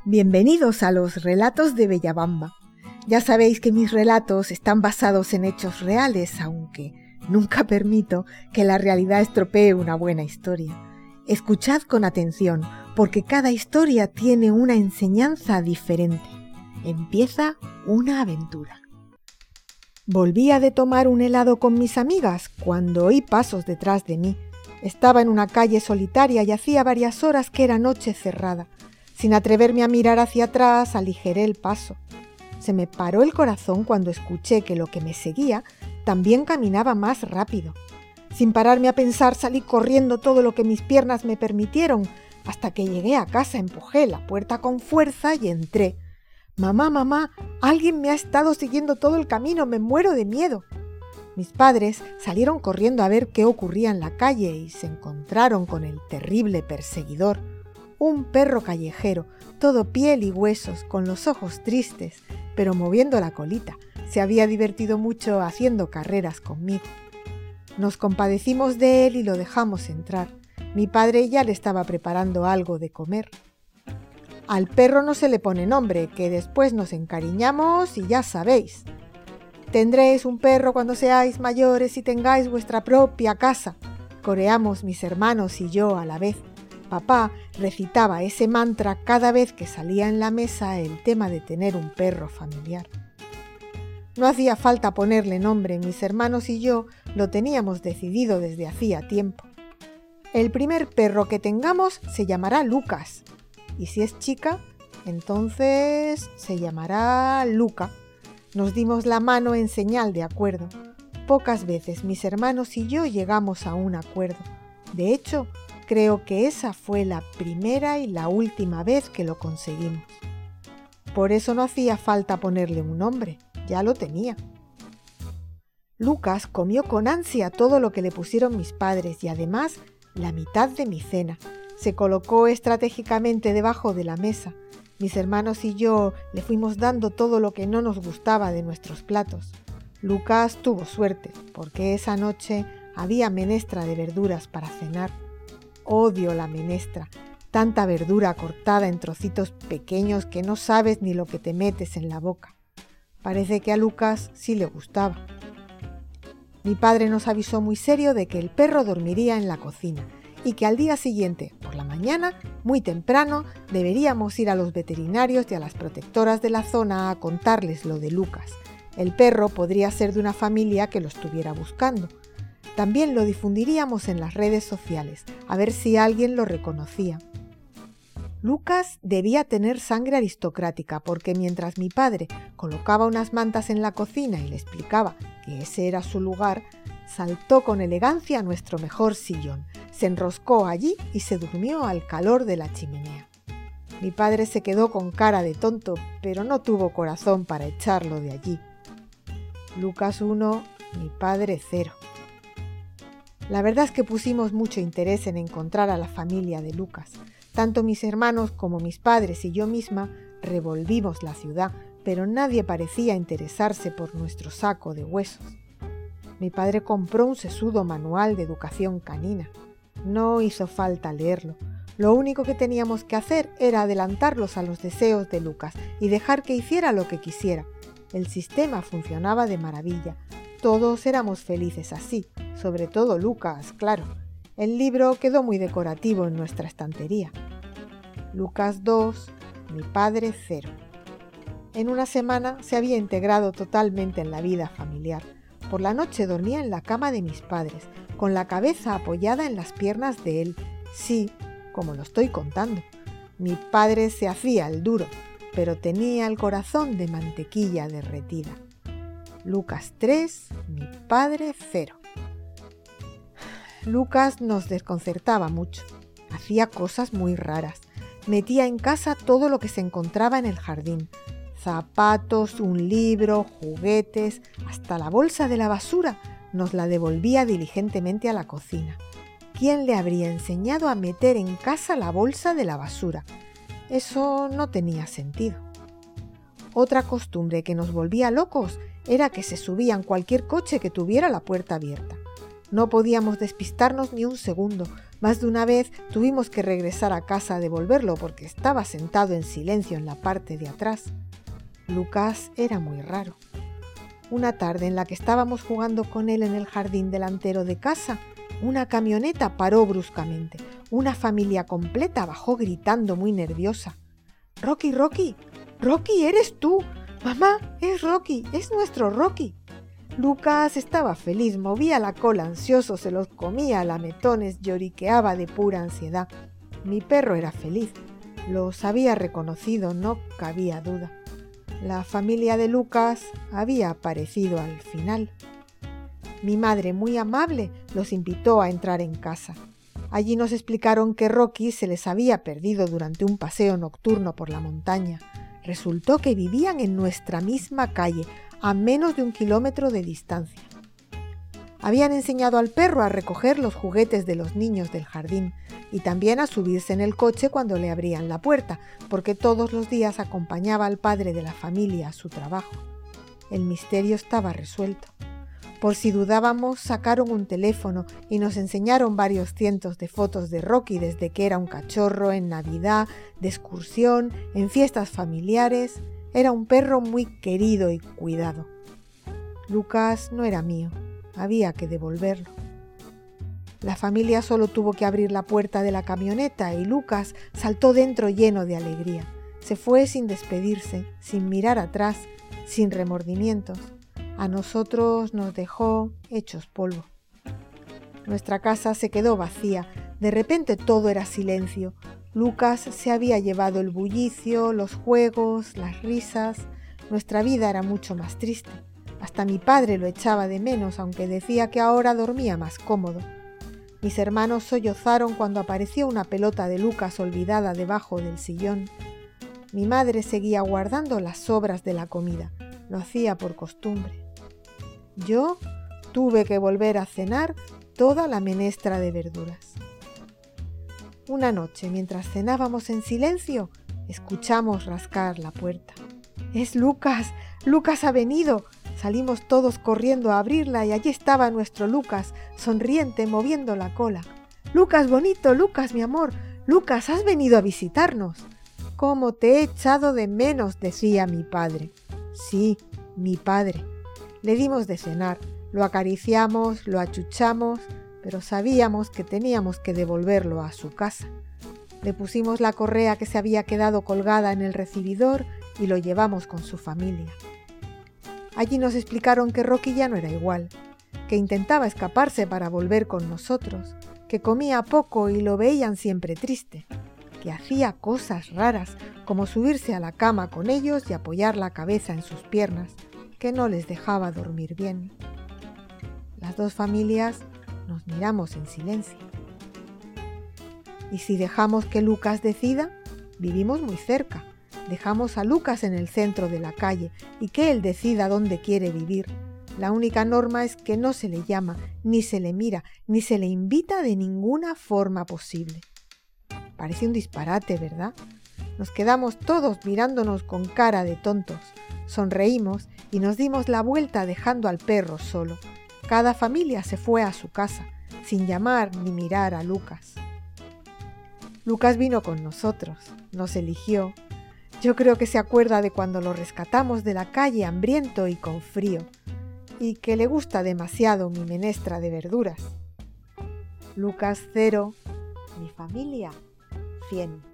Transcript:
Bienvenidos a los relatos de Bellabamba. Ya sabéis que mis relatos están basados en hechos reales, aunque nunca permito que la realidad estropee una buena historia. Escuchad con atención, porque cada historia tiene una enseñanza diferente. Empieza una aventura. Volvía de tomar un helado con mis amigas cuando oí pasos detrás de mí. Estaba en una calle solitaria y hacía varias horas que era noche cerrada. Sin atreverme a mirar hacia atrás, aligeré el paso. Se me paró el corazón cuando escuché que lo que me seguía también caminaba más rápido. Sin pararme a pensar, salí corriendo todo lo que mis piernas me permitieron. Hasta que llegué a casa, empujé la puerta con fuerza y entré. Mamá, alguien me ha estado siguiendo todo el camino, me muero de miedo. Mis padres salieron corriendo a ver qué ocurría en la calle y se encontraron con el terrible perseguidor. Un perro callejero, todo piel y huesos, con los ojos tristes, pero moviendo la colita. Se había divertido mucho haciendo carreras conmigo. Nos compadecimos de él y lo dejamos entrar. Mi padre ya le estaba preparando algo de comer. Al perro no se le pone nombre, que después nos encariñamos y ya sabéis. Tendréis un perro cuando seáis mayores y tengáis vuestra propia casa, coreamos mis hermanos y yo a la vez. Papá recitaba ese mantra cada vez que salía en la mesa el tema de tener un perro familiar. No hacía falta ponerle nombre, mis hermanos y yo lo teníamos decidido desde hacía tiempo. El primer perro que tengamos se llamará Lucas, y si es chica, entonces se llamará Luca. Nos dimos la mano en señal de acuerdo. Pocas veces mis hermanos y yo llegamos a un acuerdo. De hecho, creo que esa fue la primera y la última vez que lo conseguimos. Por eso no hacía falta ponerle un nombre, ya lo tenía. Lucas comió con ansia todo lo que le pusieron mis padres y además la mitad de mi cena. Se colocó estratégicamente debajo de la mesa. Mis hermanos y yo le fuimos dando todo lo que no nos gustaba de nuestros platos. Lucas tuvo suerte, porque esa noche había menestra de verduras para cenar. Odio la menestra, tanta verdura cortada en trocitos pequeños que no sabes ni lo que te metes en la boca. Parece que a Lucas sí le gustaba. Mi padre nos avisó muy serio de que el perro dormiría en la cocina y que al día siguiente, por la mañana, muy temprano, deberíamos ir a los veterinarios y a las protectoras de la zona a contarles lo de Lucas. El perro podría ser de una familia que lo estuviera buscando. También lo difundiríamos en las redes sociales, a ver si alguien lo reconocía. Lucas debía tener sangre aristocrática, porque mientras mi padre colocaba unas mantas en la cocina y le explicaba que ese era su lugar, saltó con elegancia a nuestro mejor sillón, se enroscó allí y se durmió al calor de la chimenea. Mi padre se quedó con cara de tonto, pero no tuvo corazón para echarlo de allí. Lucas 1, mi padre 0. La verdad es que pusimos mucho interés en encontrar a la familia de Lucas. Tanto mis hermanos como mis padres y yo misma revolvimos la ciudad, pero nadie parecía interesarse por nuestro saco de huesos. Mi padre compró un sesudo manual de educación canina. No hizo falta leerlo. Lo único que teníamos que hacer era adelantarlos a los deseos de Lucas y dejar que hiciera lo que quisiera. El sistema funcionaba de maravilla. Todos éramos felices así, sobre todo Lucas, claro. El libro quedó muy decorativo en nuestra estantería. Lucas 2, mi padre 0. En una semana se había integrado totalmente en la vida familiar. Por la noche dormía en la cama de mis padres, con la cabeza apoyada en las piernas de él. Sí, como lo estoy contando. Mi padre se hacía el duro, pero tenía el corazón de mantequilla derretida. Lucas 3, mi padre 0. Lucas nos desconcertaba mucho. Hacía cosas muy raras. Metía en casa todo lo que se encontraba en el jardín. Zapatos, un libro, juguetes, hasta la bolsa de la basura nos la devolvía diligentemente a la cocina. ¿Quién le habría enseñado a meter en casa la bolsa de la basura? Eso no tenía sentido. Otra costumbre que nos volvía locos era que se subían cualquier coche que tuviera la puerta abierta. No podíamos despistarnos ni un segundo. Más de una vez tuvimos que regresar a casa a devolverlo porque estaba sentado en silencio en la parte de atrás. Lucas era muy raro. Una tarde en la que estábamos jugando con él en el jardín delantero de casa, una camioneta paró bruscamente. Una familia completa bajó gritando muy nerviosa. «¡Rocky, Rocky! ¡Rocky, eres tú! ¡Mamá, es Rocky! ¡Es nuestro Rocky!». Lucas estaba feliz, movía la cola ansioso, se los comía a lametones, lloriqueaba de pura ansiedad. Mi perro era feliz. Los había reconocido, no cabía duda. La familia de Lucas había aparecido al final. Mi madre, muy amable, los invitó a entrar en casa. Allí nos explicaron que Rocky se les había perdido durante un paseo nocturno por la montaña. Resultó que vivían en nuestra misma calle, a menos de 1 kilómetro de distancia. Habían enseñado al perro a recoger los juguetes de los niños del jardín y también a subirse en el coche cuando le abrían la puerta, porque todos los días acompañaba al padre de la familia a su trabajo. El misterio estaba resuelto. Por si dudábamos, sacaron un teléfono y nos enseñaron varios cientos de fotos de Rocky desde que era un cachorro, en Navidad, de excursión, en fiestas familiares. Era un perro muy querido y cuidado. Lucas no era mío, había que devolverlo. La familia solo tuvo que abrir la puerta de la camioneta y Lucas saltó dentro lleno de alegría. Se fue sin despedirse, sin mirar atrás, sin remordimientos. A nosotros nos dejó hechos polvo. Nuestra casa se quedó vacía. De repente todo era silencio. Lucas se había llevado el bullicio, los juegos, las risas. Nuestra vida era mucho más triste. Hasta mi padre lo echaba de menos, aunque decía que ahora dormía más cómodo. Mis hermanos sollozaron cuando apareció una pelota de Lucas olvidada debajo del sillón. Mi madre seguía guardando las sobras de la comida. Lo hacía por costumbre. Yo tuve que volver a cenar toda la menestra de verduras. Una noche, mientras cenábamos en silencio, escuchamos rascar la puerta. «¡Es Lucas! ¡Lucas ha venido!». Salimos todos corriendo a abrirla y allí estaba nuestro Lucas, sonriente, moviendo la cola. «Lucas bonito, Lucas mi amor, Lucas, has venido a visitarnos». «¿Cómo te he echado de menos?», decía mi padre. Sí, mi padre. Le dimos de cenar, lo acariciamos, lo achuchamos, pero sabíamos que teníamos que devolverlo a su casa. Le pusimos la correa que se había quedado colgada en el recibidor y lo llevamos con su familia. Allí nos explicaron que Rocky ya no era igual, que intentaba escaparse para volver con nosotros, que comía poco y lo veían siempre triste, que hacía cosas raras como subirse a la cama con ellos y apoyar la cabeza en sus piernas, que no les dejaba dormir bien. Las dos familias nos miramos en silencio. ¿Y si dejamos que Lucas decida? Vivimos muy cerca. Dejamos a Lucas en el centro de la calle y que él decida dónde quiere vivir. La única norma es que no se le llama, ni se le mira, ni se le invita de ninguna forma posible. Parece un disparate, ¿verdad? Nos quedamos todos mirándonos con cara de tontos. Sonreímos y nos dimos la vuelta dejando al perro solo. Cada familia se fue a su casa, sin llamar ni mirar a Lucas. Lucas vino con nosotros, nos eligió. Yo creo que se acuerda de cuando lo rescatamos de la calle hambriento y con frío, y que le gusta demasiado mi menestra de verduras. Lucas 0, mi familia 100.